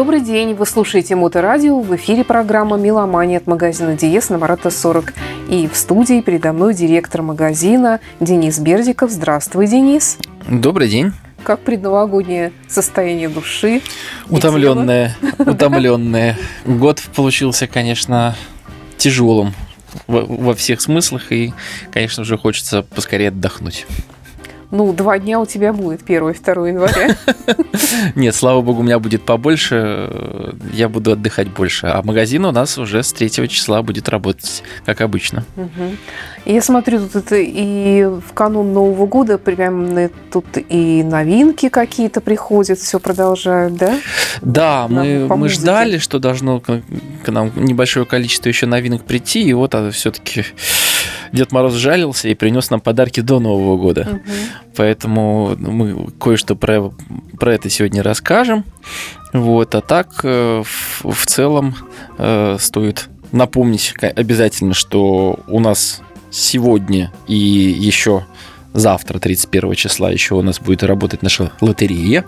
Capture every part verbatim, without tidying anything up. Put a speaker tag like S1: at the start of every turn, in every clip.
S1: Добрый день, вы слушаете Моторадио, в эфире программа «Меломания» от магазина «Диез» на Марата сорок. И в студии передо мной директор магазина Денис Бердиков. Здравствуй, Денис.
S2: Добрый день.
S1: Как предновогоднее состояние души?
S2: Утомленное, утомленное. Год получился, конечно, тяжелым во всех смыслах, и, конечно же, хочется поскорее отдохнуть.
S1: Ну, два дня у тебя будет, первое и второе января.
S2: Нет, слава богу, у меня будет побольше, я буду отдыхать больше. А магазин у нас уже с третьего числа будет работать, как обычно.
S1: Угу. Я смотрю, тут это и в канун Нового года прям тут и новинки какие-то приходят, все продолжают, да?
S2: Да, мы, мы ждали, что должно к, к нам небольшое количество еще новинок прийти, и вот все-таки Дед Мороз жалился и принес нам подарки до Нового года. Угу. Поэтому мы кое-что про, про это сегодня расскажем. Вот. А так, в, в целом, э, стоит напомнить обязательно, что у нас сегодня и еще завтра, тридцать первого числа, еще у нас будет работать наша лотерея,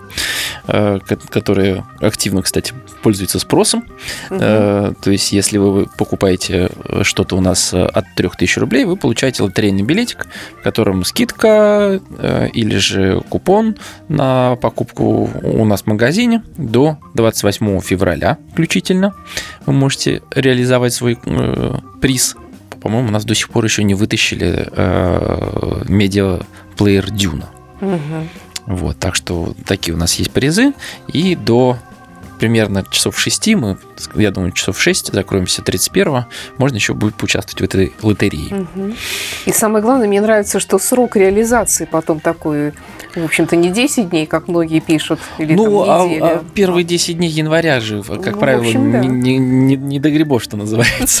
S2: которая активно, кстати, пользуется спросом. Угу. То есть, если вы покупаете что-то у нас от трех тысяч рублей, вы получаете лотерейный билетик, в котором скидка или же купон на покупку у нас в магазине до двадцать восьмого февраля включительно. Вы можете реализовать свой приз. По-моему, у нас до сих пор еще не вытащили э, медиаплеер Дюна. Угу. Вот, так что такие у нас есть призы. И до примерно часов шести, мы, я думаю, часов шесть, закроемся тридцать первого, можно еще будет поучаствовать в этой лотерее.
S1: Угу. И самое главное, мне нравится, что срок реализации потом такой, в общем-то, не десять дней, как многие пишут, или
S2: ну,
S1: там неделя.
S2: А, а первые десять дней января же, как ну, правило, общем, да. не, не, не до грибов, что называется.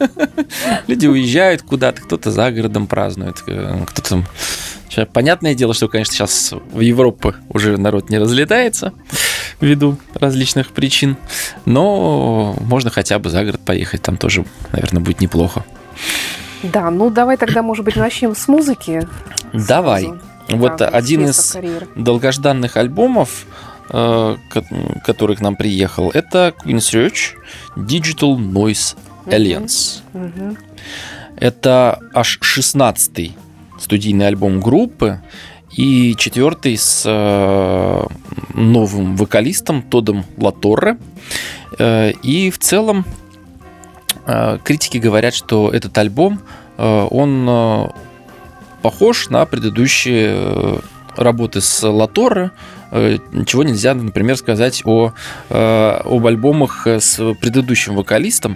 S2: Люди уезжают куда-то, кто-то за городом празднует, кто-то... Понятное дело, что, конечно, сейчас в Европу уже народ не разлетается ввиду различных причин, но можно хотя бы за город поехать, там тоже, наверное, будет неплохо.
S1: Да, ну давай тогда, может быть, начнем с музыки.
S2: Давай. Сразу. Вот да, один из карьеры. долгожданных альбомов, который к нам приехал, это Queen's Reach Digital Noise Alliance. Uh-huh. Uh-huh. Это аж шестнадцатый студийный альбом группы и четвертый с э, новым вокалистом Тодом Латорре. Э, и в целом э, критики говорят, что этот альбом, э, он э, похож на предыдущие э, работы с Латорре, э, чего нельзя, например, сказать о, э, об альбомах с предыдущим вокалистом,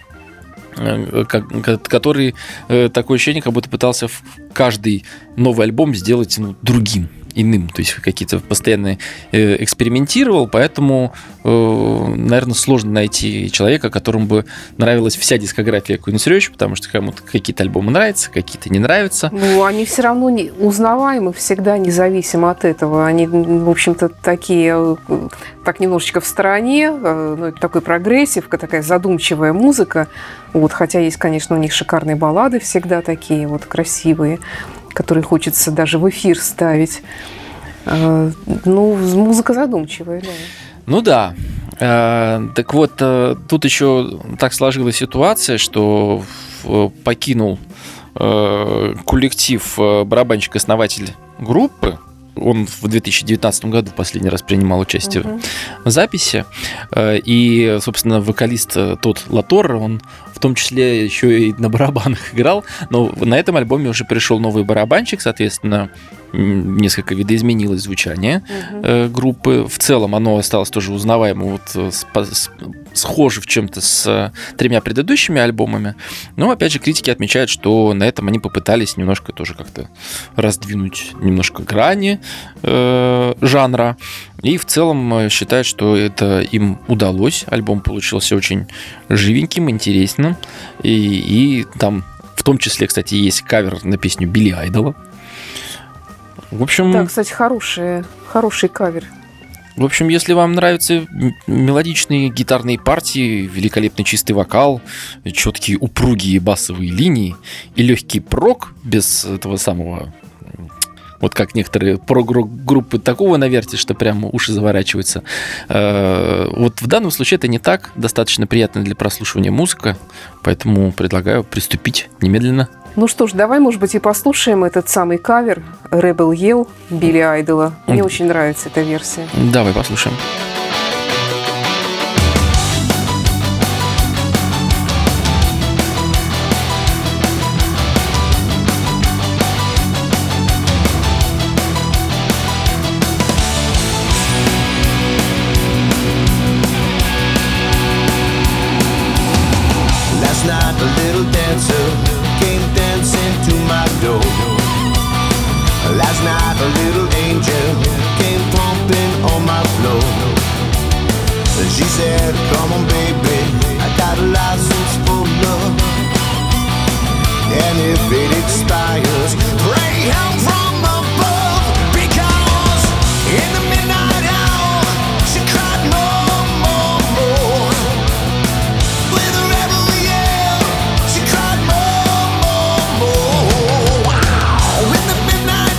S2: который, такое ощущение, как будто пытался каждый новый альбом сделать ну, другим, иным, то есть какие-то постоянно экспериментировал, поэтому, наверное, сложно найти человека, которому бы нравилась вся дискография Queen's Reach, потому что кому-то какие-то альбомы нравятся, какие-то не нравятся.
S1: Ну, они все равно не узнаваемы всегда, независимо от этого. Они, в общем-то, такие, так немножечко в стороне, ну, это такой прогрессив, такая задумчивая музыка. Вот, хотя есть, конечно, у них шикарные баллады всегда такие вот красивые, которые хочется даже в эфир ставить. Ну, музыка задумчивая, да.
S2: Ну да. Так вот, тут еще так сложилась ситуация, что покинул коллектив барабанщик-основатель группы. Он в две тысячи девятнадцатом году последний раз принимал участие uh-huh. в записи. И, собственно, вокалист Тод Латорре, он в том числе еще и на барабанах играл. Но на этом альбоме уже пришел новый барабанщик, соответственно, несколько видоизменилось звучание uh-huh. группы. В целом оно осталось тоже узнаваемо, вот, схоже в чем-то с тремя предыдущими альбомами. Но, опять же, критики отмечают, что на этом они попытались немножко тоже как-то раздвинуть немножко грани э, жанра. И в целом считают, что это им удалось. Альбом получился очень живеньким, интересным. И, и там в том числе, кстати, есть кавер на песню Билли Айдола. В общем...
S1: Да, кстати, хороший, хороший кавер.
S2: В общем, если вам нравятся мелодичные гитарные партии, великолепный чистый вокал, четкие упругие басовые линии и легкий прог без этого самого Вот как некоторые прогруппы такого навертят, что прямо уши заворачиваются. Вот в данном случае это не так. Достаточно приятная для прослушивания музыка, поэтому предлагаю приступить немедленно.
S1: Ну что ж, давай, может быть, и послушаем этот самый кавер Rebel Yell Билли Айдола. Мне mm. очень нравится эта версия.
S2: Давай послушаем.
S3: Last night a little angel came pumping on my floor. She said, come on baby, I got a license for love. And if it expires, pray help from above. Because in the midnight hour, she cried more, more, more. With a rebel yell, she cried more, more, more. Wow, in the midnight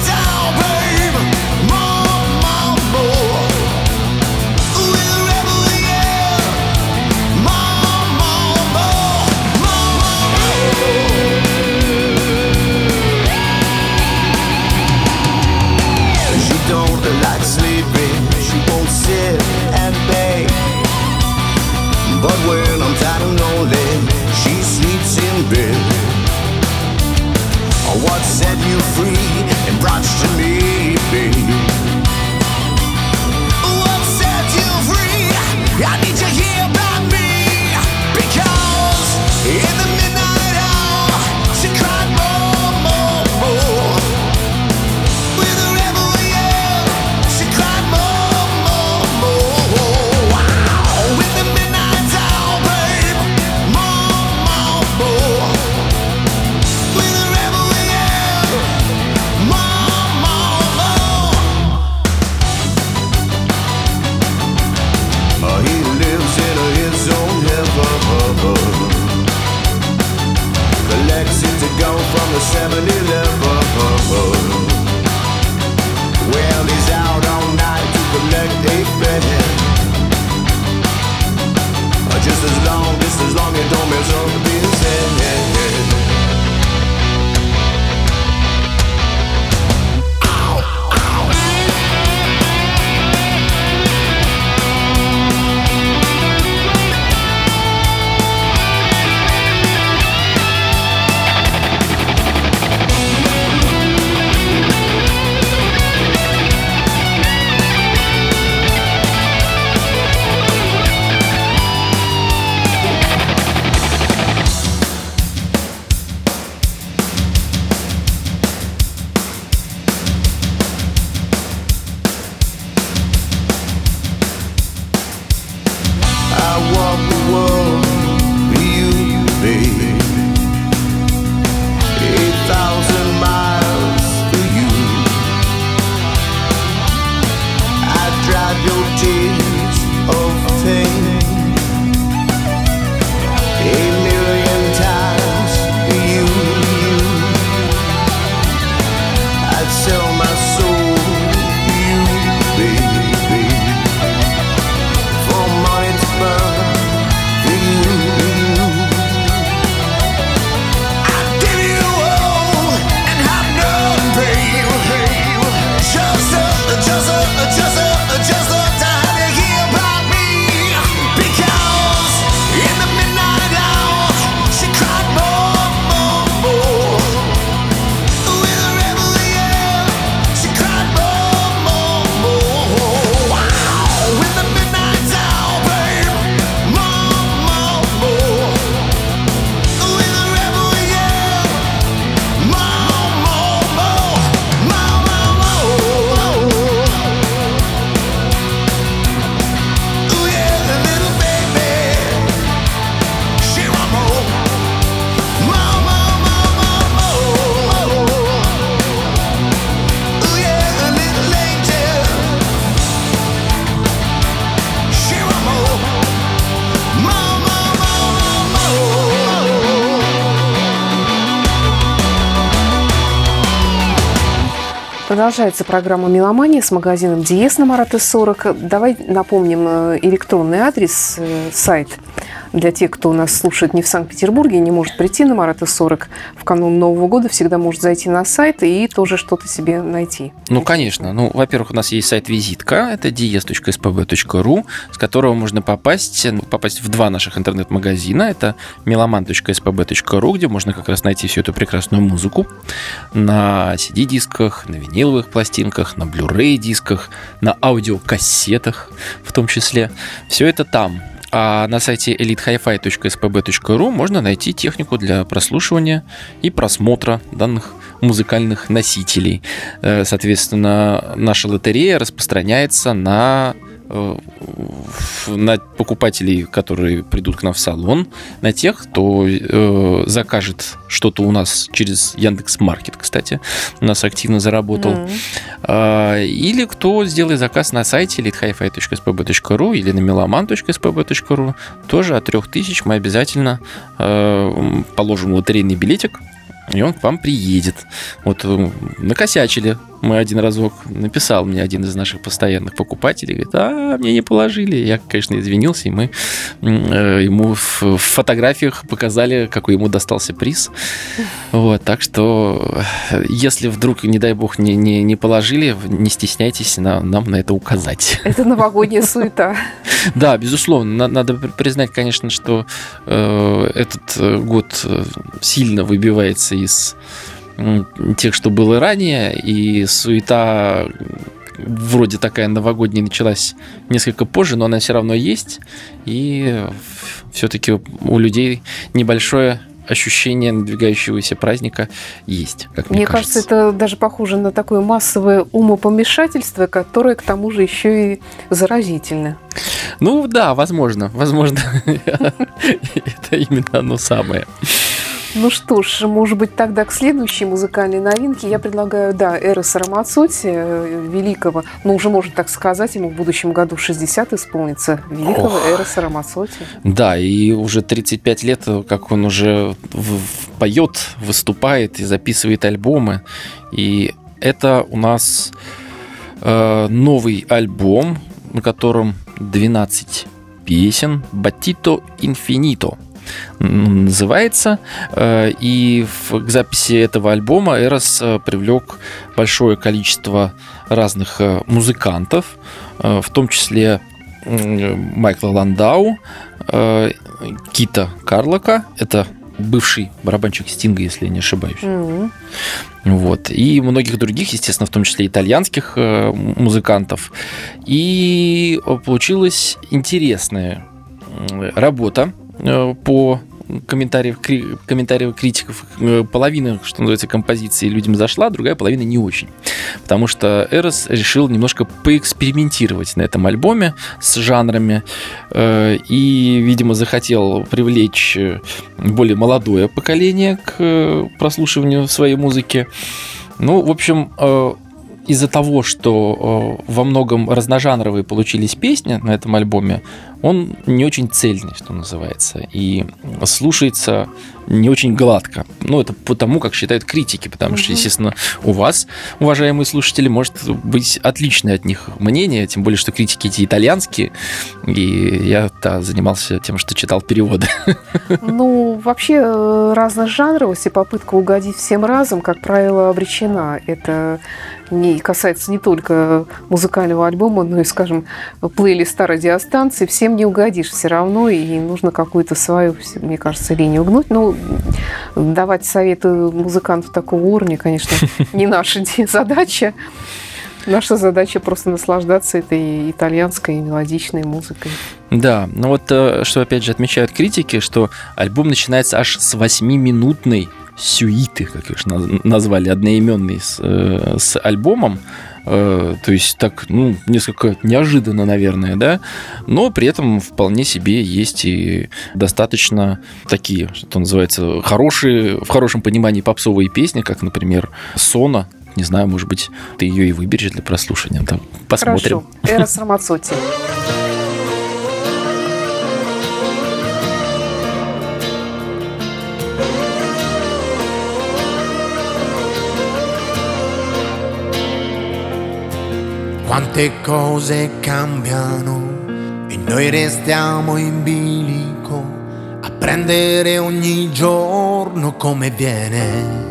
S1: Продолжается программа «Меломания» с магазином «Диез» на Марата сорок. Давай напомним электронный адрес, сайт для тех, кто нас слушает не в Санкт-Петербурге и не может прийти на Марата сорок в канун Нового года, всегда может зайти на сайт и тоже что-то себе найти.
S2: Ну, конечно. Ну, во-первых, у нас есть сайт-визитка, это диез точка эс пэ бэ точка ру, с которого можно попасть, попасть в два наших интернет-магазина. Это меломан точка эс пэ бэ точка ру, где можно как раз найти всю эту прекрасную музыку на си ди-дисках, на виниловых пластинках, на Blu-ray дисках, на аудиокассетах в том числе. Все это там. А на сайте элит хай фай точка эс пэ бэ точка ру можно найти технику для прослушивания и просмотра данных музыкальных носителей. Соответственно, наша лотерея распространяется на на покупателей, которые придут к нам в салон, на тех, кто э, закажет что-то у нас через Яндекс.Маркет, кстати, у нас активно заработал, mm-hmm. э, или кто сделает заказ на сайте элит хай фай точка эс пэ бэ точка ру или на меломан точка эс пэ бэ точка ру, тоже от трех тысяч мы обязательно э, положим лотерейный билетик, и он к вам приедет. Вот накосячили. Мы один разок, написал мне один из наших постоянных покупателей, говорит, а, мне не положили. Я, конечно, извинился, и мы э, ему в, в фотографиях показали, какой ему достался приз. Вот, так что, если вдруг, не дай бог, не, не, не положили, не стесняйтесь на, нам на это указать.
S1: Это новогодняя суета.
S2: Да, безусловно. Надо признать, конечно, что э, этот год сильно выбивается из тех, что было ранее, и суета вроде такая новогодняя началась несколько позже, но она все равно есть, и все-таки у людей небольшое ощущение надвигающегося праздника есть, как мне,
S1: мне
S2: кажется.
S1: кажется, это даже похоже на такое массовое умопомешательство, которое к тому же еще и заразительно.
S2: Ну да, возможно, возможно, это именно оно самое.
S1: Ну что ж, может быть, тогда к следующей музыкальной новинке я предлагаю, да, Эроса Рамацотти, великого, ну, уже можно так сказать, ему в будущем году шестьдесят исполнится, великого Ох. Эроса Рамацотти.
S2: Да, и уже тридцать пять лет, как он уже в- в- поет, выступает и записывает альбомы. И это у нас э, новый альбом, на котором двенадцать песен, «Battito Infinito» называется, и к записи этого альбома Эрос привлек большое количество разных музыкантов, в том числе Майкла Ландау, Кита Карлока, это бывший барабанщик Стинга, если я не ошибаюсь. Mm-hmm. Вот. И многих других, естественно, в том числе итальянских музыкантов. И получилась интересная работа по комментариям, комментариям критиков. Половина, что называется, композиции людям зашла, другая половина не очень. Потому что Эрос решил немножко поэкспериментировать на этом альбоме с жанрами и, видимо, захотел привлечь более молодое поколение к прослушиванию своей музыки. Ну, в общем, из-за того, что во многом разножанровые получились песни на этом альбоме, он не очень цельный, что называется, и слушается не очень гладко. Ну, это потому, как считают критики, потому что, естественно, у вас, уважаемые слушатели, может быть отличное от них мнение, тем более, что критики эти итальянские, и я да, занимался тем, что читал переводы.
S1: Ну, вообще, разножанровость и попытка угодить всем разом, как правило, обречена. Это не касается не только музыкального альбома, но и, скажем, плейлиста радиостанции. Всем не угодишь все равно, и нужно какую-то свою, мне кажется, линию гнуть. Ну, давать советы музыканту такого уровня, конечно, не наша задача. Наша задача просто наслаждаться этой итальянской мелодичной музыкой.
S2: Да, ну вот что опять же отмечают критики, что альбом начинается аж с восьмиминутной сюиты, как их назвали, одноименной с, с альбомом. То есть так, ну, несколько неожиданно, наверное, да, но при этом вполне себе есть и достаточно такие, что называется, хорошие, в хорошем понимании попсовые песни, как, например, «Сона». Не знаю, может быть, ты ее и выберешь для прослушивания. Там посмотрим.
S1: Хорошо. Эрос Рамацотти.
S3: quante cose cambiano e noi restiamo in bilico a prendere ogni giorno come viene.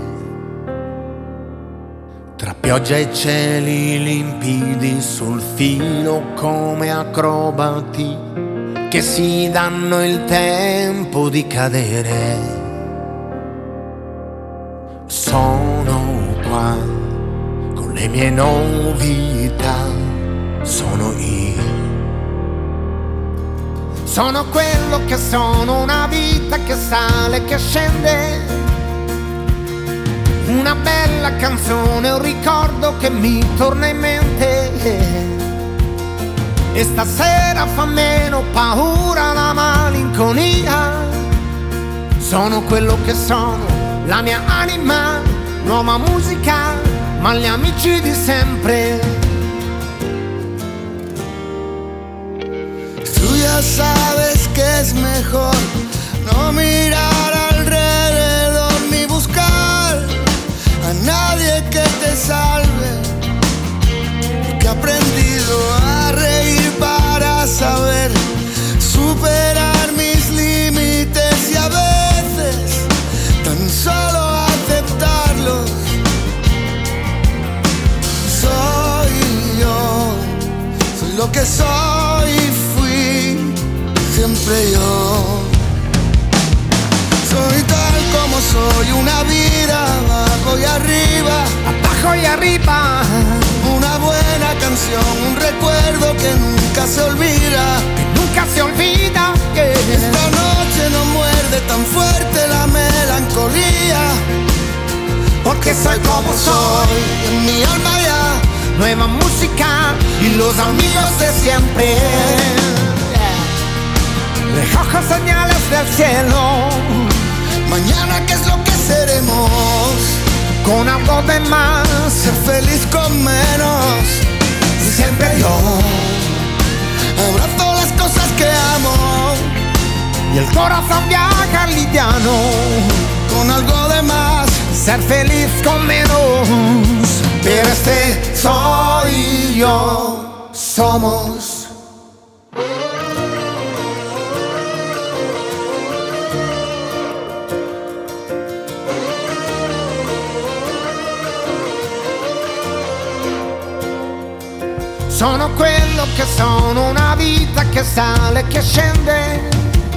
S3: Tra pioggia e cieli limpidi sul filo come acrobati che si danno il tempo di cadere. Sono qua con le mie novità, sono io. Sono quello che sono, una vita che sale, che scende. Una bella canzone, un ricordo che mi torna in mente. E stasera fa meno paura la malinconia. Sono quello che sono, la mia anima, nuova musica, ma gli amici di sempre. Tú ya sabes que es mejor no mirar alrededor ni buscar a nadie que te salve, que he aprendido a reír para saber superar mis límites y a veces tan solo aceptarlos. Soy yo, soy lo que soy y fui siempre yo. Soy tal como soy, una vida abajo y arriba, abajo y arriba. Una buena canción, un recuerdo que nunca se olvida, que nunca se olvida. Que esta noche no muerde tan fuerte la melancolía, porque soy como soy, en mi alma ya nueva música y los amigos de siempre. Recojo señales del cielo. Mañana qué es lo que seremos, con algo de más, ser feliz con menos. Y siempre yo abrazo las cosas que amo y el corazón viaja liviano, con algo de más, ser feliz con menos. Pero este soy yo, somos. Sono quello che sono, una vita che sale, che scende.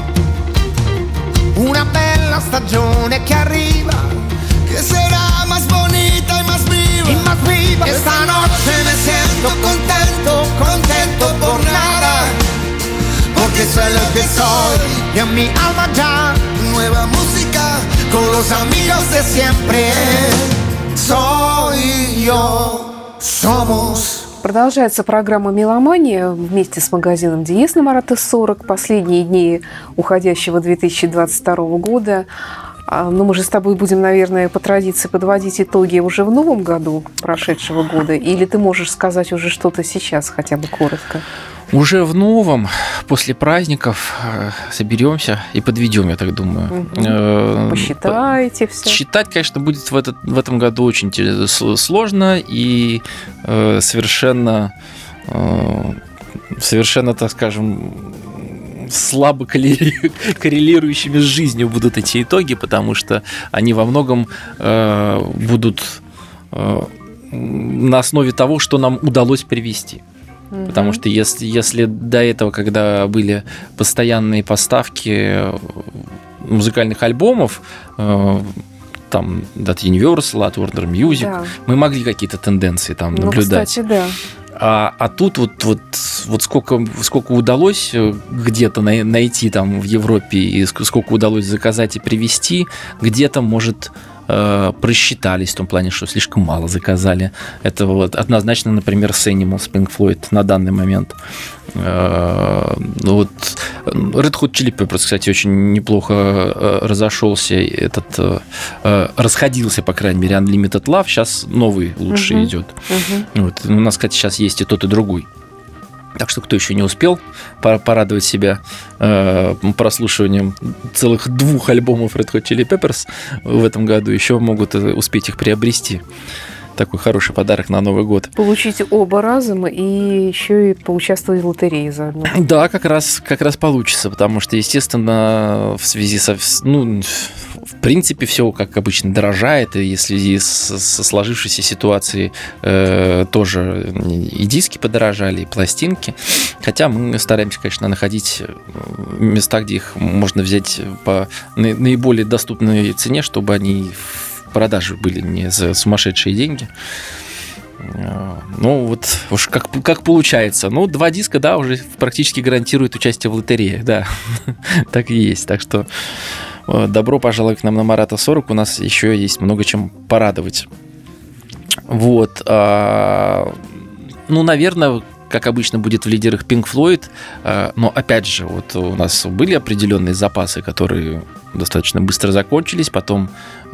S3: Una bella stagione che arriva, que será más bonita y más viva. Y más viva. Esta noche me siento contento, contento por nada, porque soy lo que soy y en mi alma ya nueva música, con los amigos de siempre. Soy yo, somos.
S1: Продолжается программа «Меломания» вместе с магазином «Диез» на Марата сорок. Последние дни уходящего две тысячи двадцать второго года. Но мы же с тобой будем, наверное, по традиции подводить итоги уже в новом году прошедшего года. Или ты можешь сказать уже что-то сейчас, хотя бы коротко?
S2: Уже в новом, после праздников, соберемся и подведем, я так думаю.
S1: Угу. Посчитайте все.
S2: Считать, конечно, будет в, этот, в этом году очень сложно и совершенно, совершенно, так скажем, слабо коррелирующими с жизнью будут эти итоги, потому что они во многом будут на основе того, что нам удалось привести. Потому что если, если до этого, когда были постоянные поставки музыкальных альбомов, там, от Universal, от Warner Music, да, мы могли какие-то тенденции там ну, наблюдать.
S1: Кстати, да.
S2: А, а тут вот, вот, вот сколько, сколько удалось где-то найти там в Европе, и сколько удалось заказать и привезти, где-то, может, просчитались в том плане, что слишком мало заказали. Это вот однозначно, например, с Animals, Pink Floyd на данный момент. Вот Red Hot Chili Peppers, кстати, очень неплохо разошелся, этот расходился, по крайней мере, Unlimited Love, сейчас новый лучше uh-huh. идет. Uh-huh. Вот. У нас, кстати, сейчас есть и тот, и другой. Так что, кто еще не успел порадовать себя э, прослушиванием целых двух альбомов Red Hot Chili Peppers в этом году, еще могут успеть их приобрести. такой хороший подарок на Новый год.
S1: Получить оба разом и еще и поучаствовать в лотерее заодно.
S2: Да, как раз, как раз получится, потому что, естественно, в связи со... Ну, в принципе, все, как обычно, дорожает, и в связи со, со сложившейся ситуацией э, тоже и диски подорожали, и пластинки. Хотя мы стараемся, конечно, находить места, где их можно взять по наиболее доступной цене, чтобы они в продаже были не за сумасшедшие деньги. Ну, вот уж как, как получается. Ну, два диска, да, уже практически гарантируют участие в лотерее, да. Так и есть. Так что добро пожаловать к нам на Марата сорок. У нас еще есть много чем порадовать. Вот. Ну, наверное, как обычно будет в лидерах Pink Floyd, но опять же, вот у нас были определенные запасы, которые достаточно быстро закончились, потом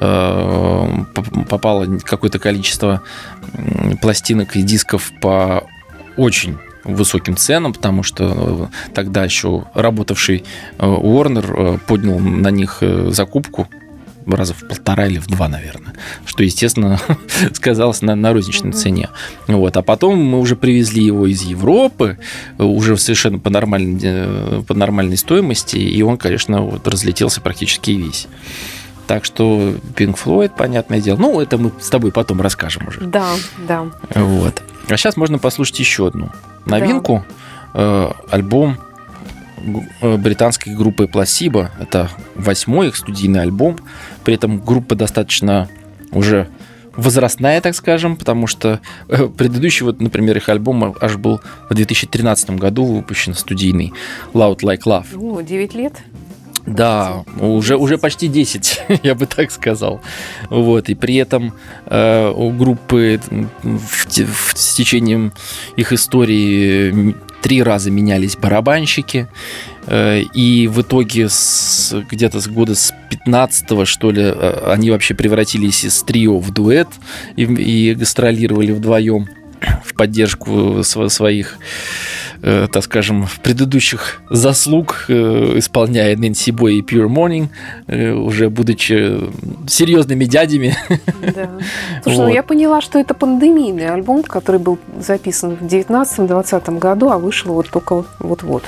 S2: попало какое-то количество пластинок и дисков по очень высоким ценам, потому что тогда еще работавший Warner поднял на них закупку раза в полтора или в два, наверное, что, естественно, сказалось на, на розничной цене. Вот. А потом мы уже привезли его из Европы, уже совершенно по нормальной, по нормальной стоимости, и он, конечно, вот разлетелся практически весь. Так что Pink Floyd, понятное дело. Ну, это мы с тобой потом расскажем уже.
S1: Да, да.
S2: Вот. А сейчас можно послушать еще одну новинку. Да. Альбом британской группы Placebo. Это восьмой их студийный альбом. При этом группа достаточно уже возрастная, так скажем, потому что предыдущий, вот, например, их альбом аж был в две тысячи тринадцатом году выпущен, студийный Loud Like Love.
S1: О, девять лет?
S2: Да, уже, уже почти десять, я бы так сказал. Вот, и при этом э, у группы в, в, с течением их истории три раза менялись барабанщики, э, и в итоге с, где-то с года с пятнадцатого, что ли, э, они вообще превратились из трио в дуэт и, и гастролировали вдвоем в поддержку своих, э, так скажем, предыдущих заслуг, э, исполняя Nancy Boy и Pure Morning, э, уже будучи серьезными дядями.
S1: Да. Слушай, вот. Ну я поняла, что это пандемийный альбом, который был записан в девятнадцатом-двадцатом году, а вышел вот только вот-вот.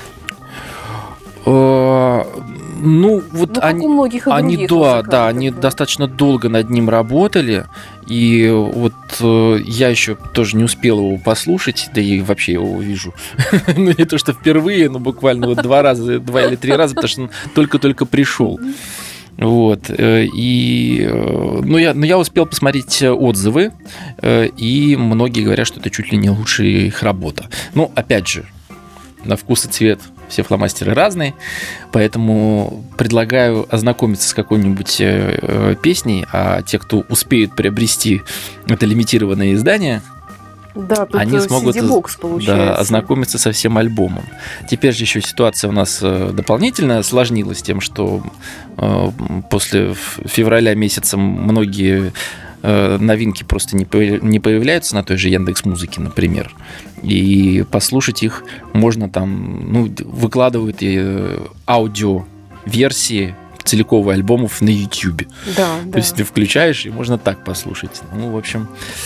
S2: Ну, вот
S1: ну,
S2: они,
S1: у многих и
S2: они, да, да, они да. достаточно долго над ним работали, и вот э, я еще тоже не успел его послушать, да и вообще его увижу. Ну, не то, что впервые, но буквально вот два раза, два или три раза, потому что он только-только пришел. Вот, и, ну, я, ну, я успел посмотреть отзывы, и многие говорят, что это чуть ли не лучшая их работа. Ну, опять же, на вкус и цвет все фломастеры разные, поэтому предлагаю ознакомиться с какой-нибудь э, песней, а те, кто успеют приобрести это лимитированное издание,
S1: да, тут
S2: они смогут да, ознакомиться со всем альбомом. Теперь же еще ситуация у нас дополнительно осложнилась тем, что э, после февраля месяца многие новинки просто не появляются на той же Яндекс.Музыке, например. И послушать их можно там, ну, выкладывают и аудиоверсии целиковых альбомов на YouTube.
S1: Да,
S2: То
S1: да.
S2: есть ты включаешь, и можно так послушать. Ну, в общем...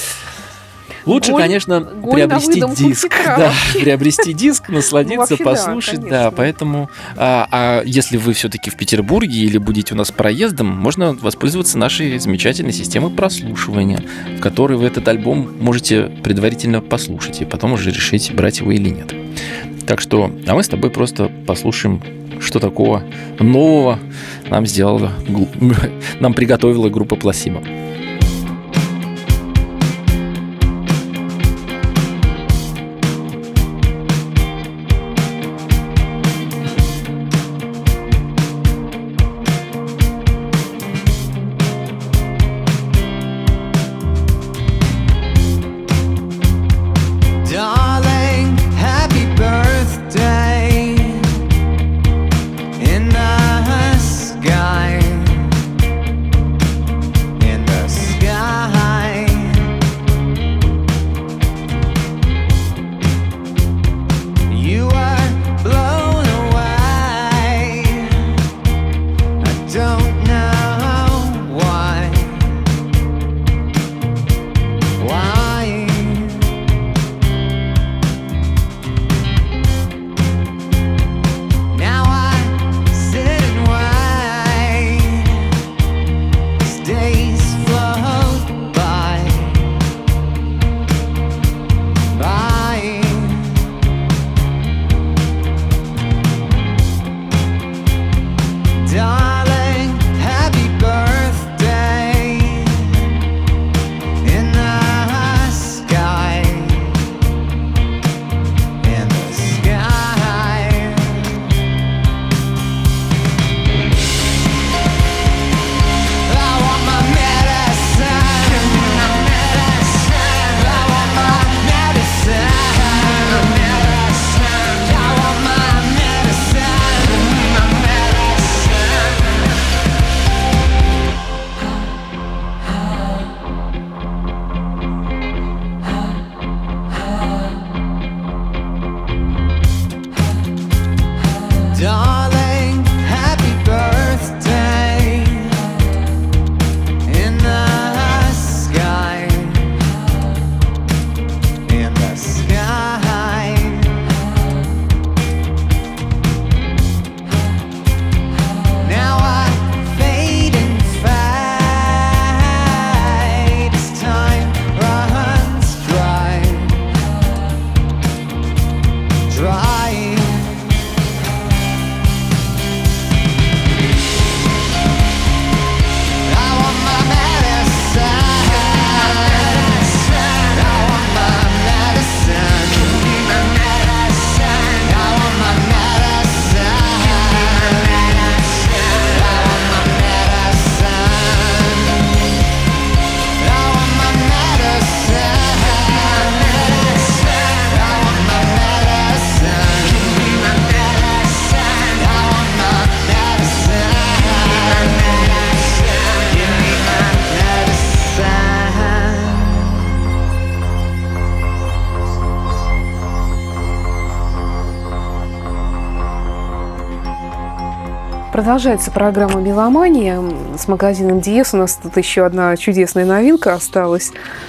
S2: Лучше,
S1: голь,
S2: конечно,
S1: голь
S2: приобрести диск, да, приобрести диск, насладиться,
S1: ну,
S2: послушать, да, да, поэтому, а, а если вы все-таки в Петербурге или будете у нас проездом, можно воспользоваться нашей замечательной системой прослушивания, в которой вы этот альбом можете предварительно послушать и потом уже решить, брать его или нет. Так что, а мы с тобой просто послушаем, что такого нового нам сделала, нам приготовила группа Placebo.
S3: In the
S1: Продолжается программа «Меломания» с магазином Диез. У нас тут еще одна чудесная новинка осталась.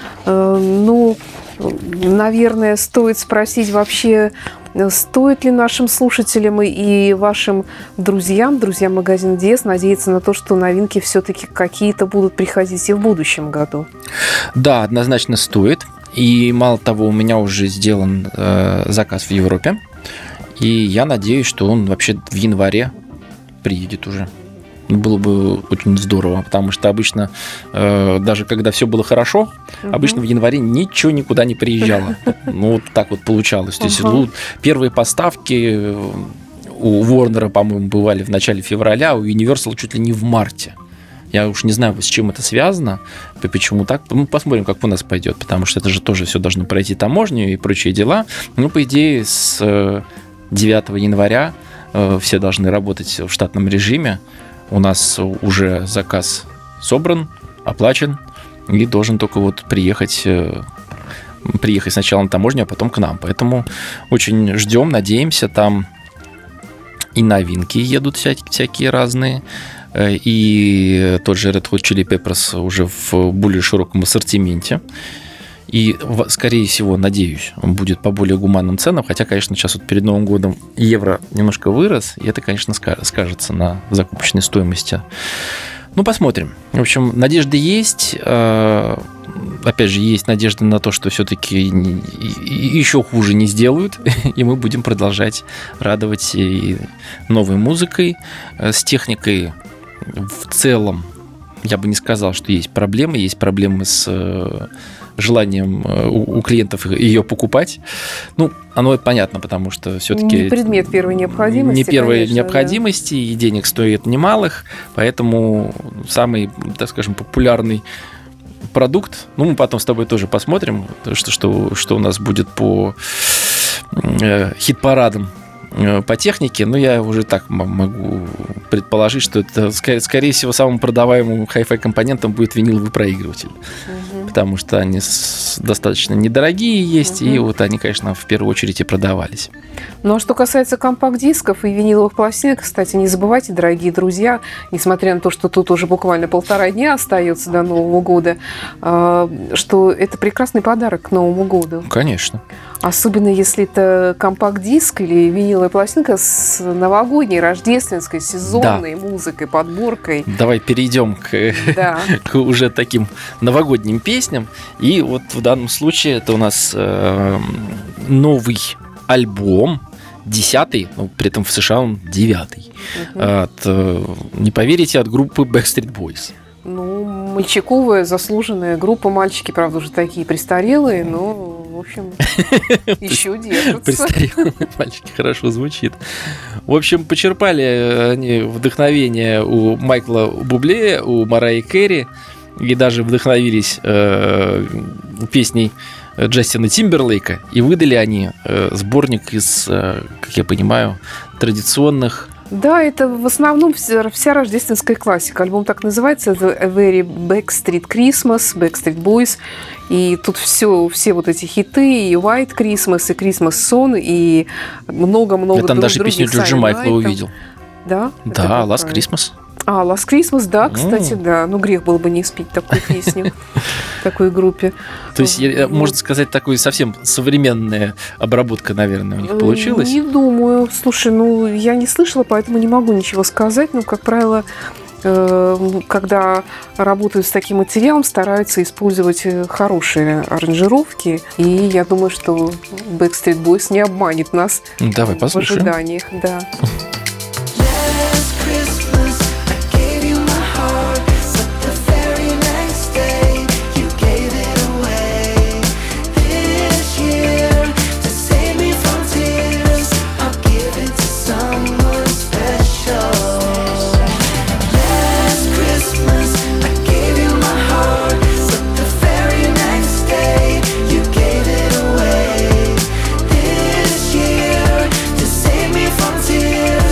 S1: Ну, наверное, стоит спросить вообще, стоит ли нашим слушателям и вашим друзьям, друзьям магазина Диез, надеяться на то, что новинки все-таки какие-то будут приходить и в будущем году?
S2: Да, однозначно стоит. И мало того, у меня уже сделан э, заказ в Европе. И я надеюсь, что он вообще в январе приедет уже. Было бы очень здорово, потому что обычно, э, даже когда все было хорошо, угу. обычно в январе ничего никуда не приезжало. Ну, вот так вот получалось. То есть ну, первые поставки у Warner, по-моему, бывали в начале февраля, а у Universal чуть ли не в марте. Я уж не знаю, с чем это связано, почему так. Ну, посмотрим, как у нас пойдет, потому что это же тоже все должно пройти таможню и прочие дела. Ну, по идее, с девятого января все должны работать в штатном режиме. У нас уже заказ собран, оплачен, и должен только вот приехать, приехать сначала на таможню, а потом к нам. Поэтому очень ждем, надеемся. Там и новинки едут всякие, всякие разные, и тот же Red Hot Chili Peppers уже в более широком ассортименте. И, скорее всего, надеюсь, он будет по более гуманным ценам. Хотя, конечно, сейчас вот перед Новым годом евро немножко вырос, и это, конечно, скажется на закупочной стоимости. Ну, посмотрим. В общем, надежды есть. Опять же, есть надежда на то, что все-таки еще хуже не сделают, и мы будем продолжать радовать и новой музыкой. С техникой в целом я бы не сказал, что есть проблемы. Есть проблемы с желанием у, у клиентов ее покупать. Ну, оно понятно, потому что все-таки...
S1: Не предмет первой необходимости.
S2: Не первой
S1: конечно,
S2: необходимости, да. И денег стоит немалых, поэтому самый, так скажем, популярный продукт, ну, мы потом с тобой тоже посмотрим, что, что, что у нас будет по э, хит-парадам по технике, но я уже так могу предположить, что это, скорее всего, самым продаваемым хай-фай компонентом будет виниловый проигрыватель, угу. потому что они достаточно недорогие есть, угу. и вот они, конечно, в первую очередь и продавались.
S1: Ну, а что касается компакт-дисков и виниловых пластинок, кстати, не забывайте, дорогие друзья, несмотря на то, что тут уже буквально полтора дня остается до Нового года, что это прекрасный подарок к Новому году.
S2: Конечно.
S1: Особенно если это компакт-диск или виниловая пластинка с новогодней, рождественской, сезонной да. музыкой, подборкой.
S2: Давай перейдем к, да. к уже таким новогодним песням. И вот в данном случае это у нас э, новый альбом, десятый, но при этом в США он девятый. Угу. От, э, не поверите, от группы Backstreet Boys.
S1: Ну, мальчиковая, заслуженная группа. Мальчики, правда, уже такие престарелые, но, в общем, еще держатся.
S2: Престарелые мальчики, хорошо звучит. В общем, почерпали они вдохновение у Майкла Бубле, у Марайи Кэрри, и даже вдохновились э, песней Джастина Тимберлейка, и выдали они э, сборник из, э, как я понимаю, традиционных.
S1: Да, это в основном вся, вся рождественская классика. Альбом так называется The Very Backstreet Christmas, Backstreet Boys. И тут все, все вот эти хиты, и White Christmas, и Christmas Song, и много-много
S2: других. Я там даже песню Джорджа Майкла увидел.
S1: Да?
S2: Да, Last Christmas.
S1: А, Last Christmas, да, кстати, mm. да. Ну, грех было бы не спеть такую песню в такой группе.
S2: То есть, можно сказать, такая совсем современная обработка, наверное, у них получилась?
S1: Не думаю. Слушай, ну, я не слышала, поэтому не могу ничего сказать. Ну, как правило, когда работают с таким материалом, стараются использовать хорошие аранжировки. И я думаю, что Backstreet Boys не обманет нас
S2: Давай
S1: в ожиданиях. Да.
S3: Tears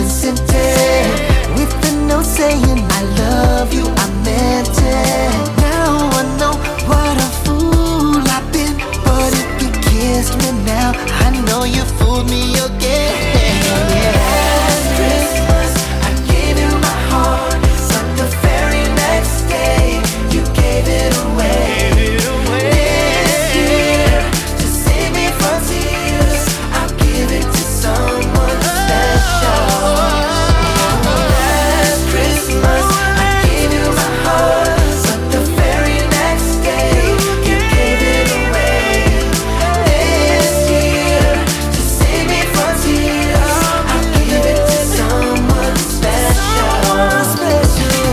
S3: sent it with the note saying I love you, I meant it. Now I know what a fool I've been, but if you kissed me now, I know you fooled me again. Last Christmas I gave you my heart, but the very next day you gave it away. This year, to save me from tears, I'll give it to someone special. Last Christmas I gave you my heart, but the very next day you gave it away. This year, to save me from tears, I'll give it to someone special. Special.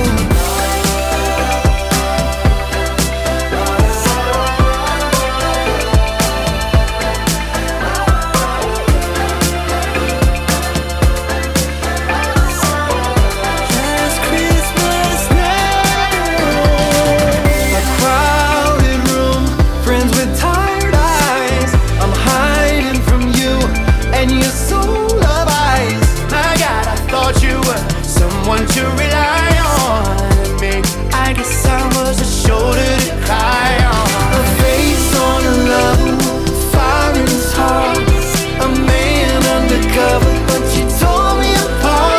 S3: Last Christmas night, a crowded room, friends with tired eyes. I'm hiding from you and your soul of ice. My God, I thought you were someone to rely on. Me, I guess I was a shoulder to cry on. A face on a lover, fire in his heart. A man undercover, but you tore me apart.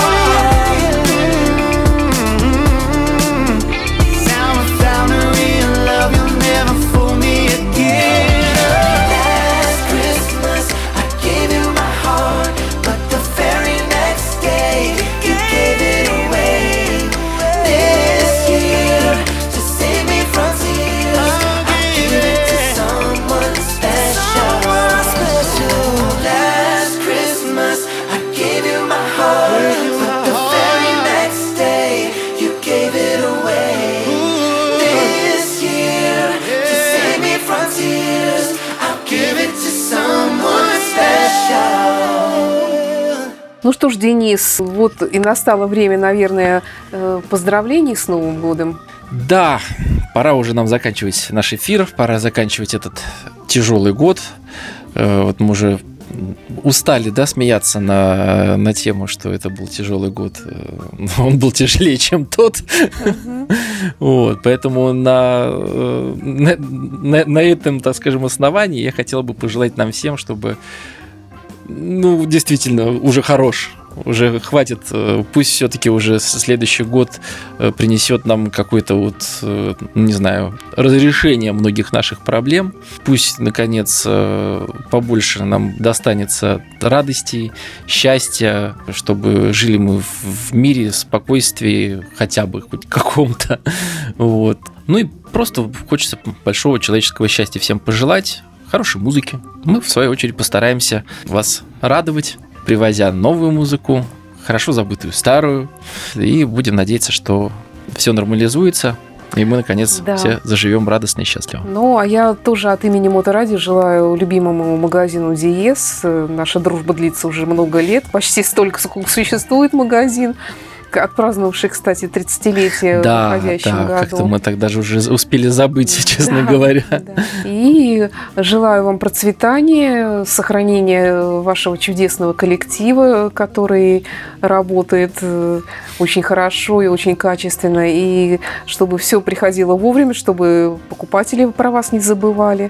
S3: Now I found a real love, you'll never fool me again. Last Christmas I gave you my heart, but the very next day you gave it away. This year, to save me from tears, I'll give it to someone special. Last Christmas I gave you my heart, but the very next day you gave it away. This year, to save me from tears, I'll give it to someone special.
S1: Ну что ж, Денис, вот и настало время, наверное, э, поздравлений с Новым годом.
S2: Да, пора уже нам заканчивать наш эфир, пора заканчивать этот тяжелый год. Э, Вот мы уже устали, да, смеяться на, на тему, что это был тяжелый год. Э, но Он был тяжелее, чем тот. Вот, поэтому на, э, на, на- на этом, так скажем, основании я хотел бы пожелать нам всем, чтобы, ну, действительно, уже хорош. Уже хватит, э, пусть все-таки уже с- следующий год э, принесет нам какое-то вот, э, не знаю, разрешение многих наших проблем. Пусть, наконец, э, побольше нам достанется радостей, счастья, чтобы жили мы в в мире, спокойствии, хотя бы хоть каком-то. Вот. Ну и просто хочется большого человеческого счастья всем пожелать, хорошей музыки. Мы, в свою очередь, постараемся вас радовать, привозя новую музыку, хорошо забытую старую, и будем надеяться, что все нормализуется, и мы, наконец,
S1: Да.
S2: все заживем радостно и счастливо.
S1: Ну, а я тоже от имени Моторадио желаю любимому магазину Диез. Э, Наша дружба длится уже много лет, почти столько, сколько существует магазин, к- отпраздновавший, кстати, тридцатилетие
S2: Да,
S1: в уходящем
S2: да,
S1: году.
S2: как-то мы так даже уже успели забыть, честно
S1: Да,
S2: говоря.
S1: да. И желаю вам процветания, сохранения вашего чудесного коллектива, который работает э, очень хорошо и очень качественно, и чтобы все приходило вовремя, чтобы покупатели про вас не забывали,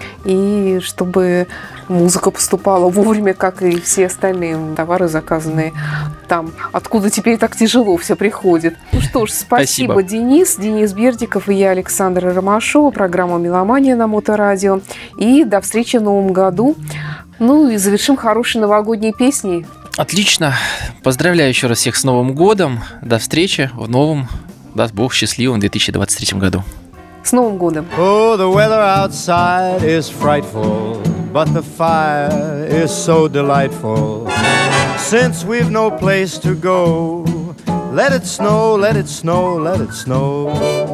S1: и чтобы музыка поступала вовремя, как и все остальные товары, заказанные там, откуда теперь так тяжело все приходит. Ну что ж, спасибо,
S2: Спасибо.
S1: Денис. Денис Бердиков и я, Александра Ромашова. Программа «Меломания» на Моторадио. И до встречи в новом году. Ну и завершим хорошей новогодней песней.
S2: Отлично. Поздравляю еще раз всех с Новым годом. До встречи в новом, даст Бог, счастливом две тысячи двадцать третьем году.
S1: С Новым годом!
S4: Oh, the weather outside is frightful, but the fire is so delightful. Since we've no place to go, let it snow, let it snow, let it snow.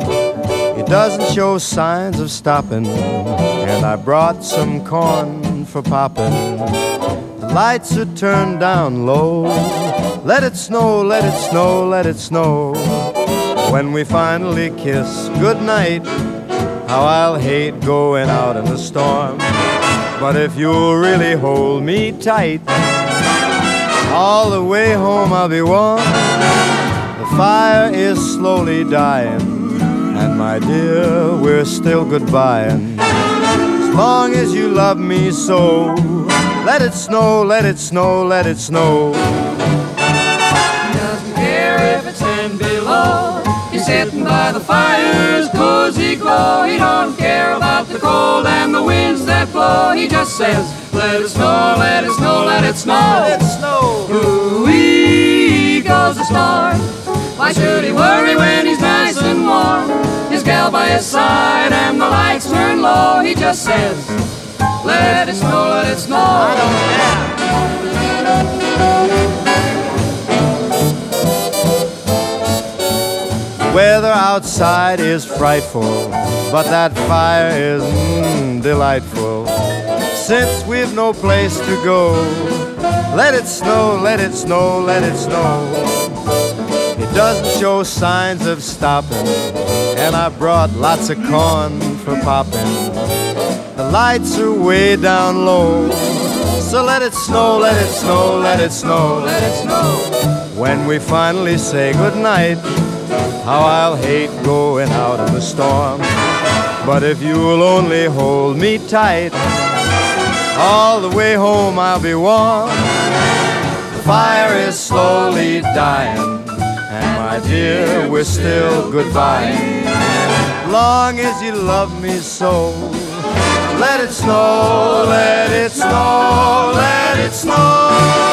S4: It doesn't show signs of stopping, and I brought some corn for popping. The lights are turned down low. Let it snow, let it snow, let it snow. When we finally kiss goodnight, how I'll hate going out in the storm. But if you'll really hold me tight, All the way home I'll be warm. The fire is slowly dying, and my dear, we're still goodbying. As long as you love me so, let it snow, let it snow, let it snow.
S5: He doesn't care if it's ten below. He's sitting by the fire's cozy glow. He don't care about the cold and the winds that blow. He just says, let it snow, let it snow, let it snow.
S4: Let it snow.
S5: Ooh-wee goes the storm. Why should he worry when he's nice and warm? His gal by his side and the lights turn low. He just says, let it snow, let it snow. I don't care.
S4: Weather outside is frightful, but that fire is mm, delightful. Since we've no place to go, let it snow, let it snow, let it snow. It doesn't show signs of stopping, and I brought lots of corn for popping. The lights are way down low, so let it snow, let it snow, let it snow, let it snow. When we finally say goodnight, how I'll hate going out in the storm. But if you'll only hold me tight, all the way home I'll be warm. The fire is slowly dying, and my dear, we're still goodbye. Long as you love me so, let it snow, let it snow, let it snow.